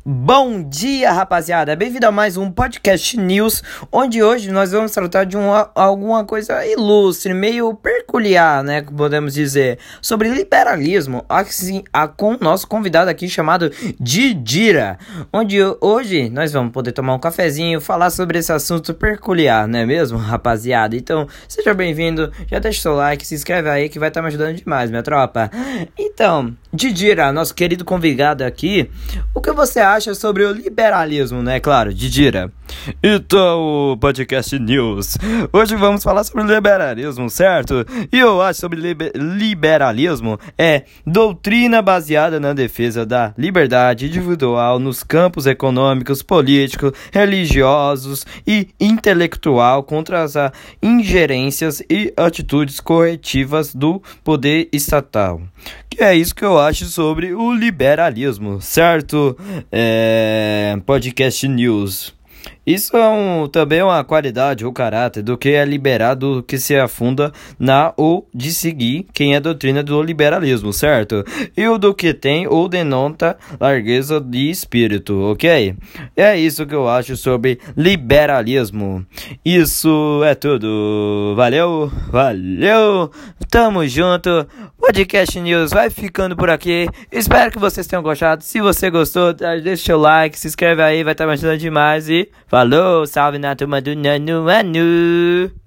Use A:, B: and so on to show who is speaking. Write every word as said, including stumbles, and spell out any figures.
A: Bom dia, rapaziada! Bem-vindo a mais um Podcast News, onde hoje nós vamos tratar de uma, alguma coisa ilustre, meio peculiar, né, podemos dizer, sobre liberalismo, assim, a, com o nosso convidado aqui chamado Didira, onde hoje nós vamos poder tomar um cafezinho, falar sobre esse assunto peculiar, não é mesmo, rapaziada? Então, seja bem-vindo, já deixa o seu like, se inscreve aí que vai estar me ajudando demais, minha tropa. Então, Didira, nosso querido convidado aqui, o que você acha sobre o liberalismo, né? Claro, Didira.
B: Então, Podcast News. Hoje vamos falar sobre o liberalismo, certo? E eu acho sobre liber- liberalismo é doutrina baseada na defesa da liberdade individual nos campos econômicos, políticos, religiosos e intelectual contra as ingerências e atitudes corretivas do poder estatal. Que é isso que eu acho sobre o liberalismo, certo? É... Podcast News. Isso é um, também uma qualidade ou caráter do que é liberado, que se afunda na ou de seguir quem é a doutrina do liberalismo, certo? E o do que tem ou denota largueza de espírito, ok? É isso que eu acho sobre liberalismo. Isso é tudo. Valeu, valeu, tamo junto. Podcast News vai ficando por aqui. Espero que vocês tenham gostado. Se você gostou, deixa seu like, se inscreve aí, vai estar me ajudando demais. E falou, salve na turma do Nano Anu.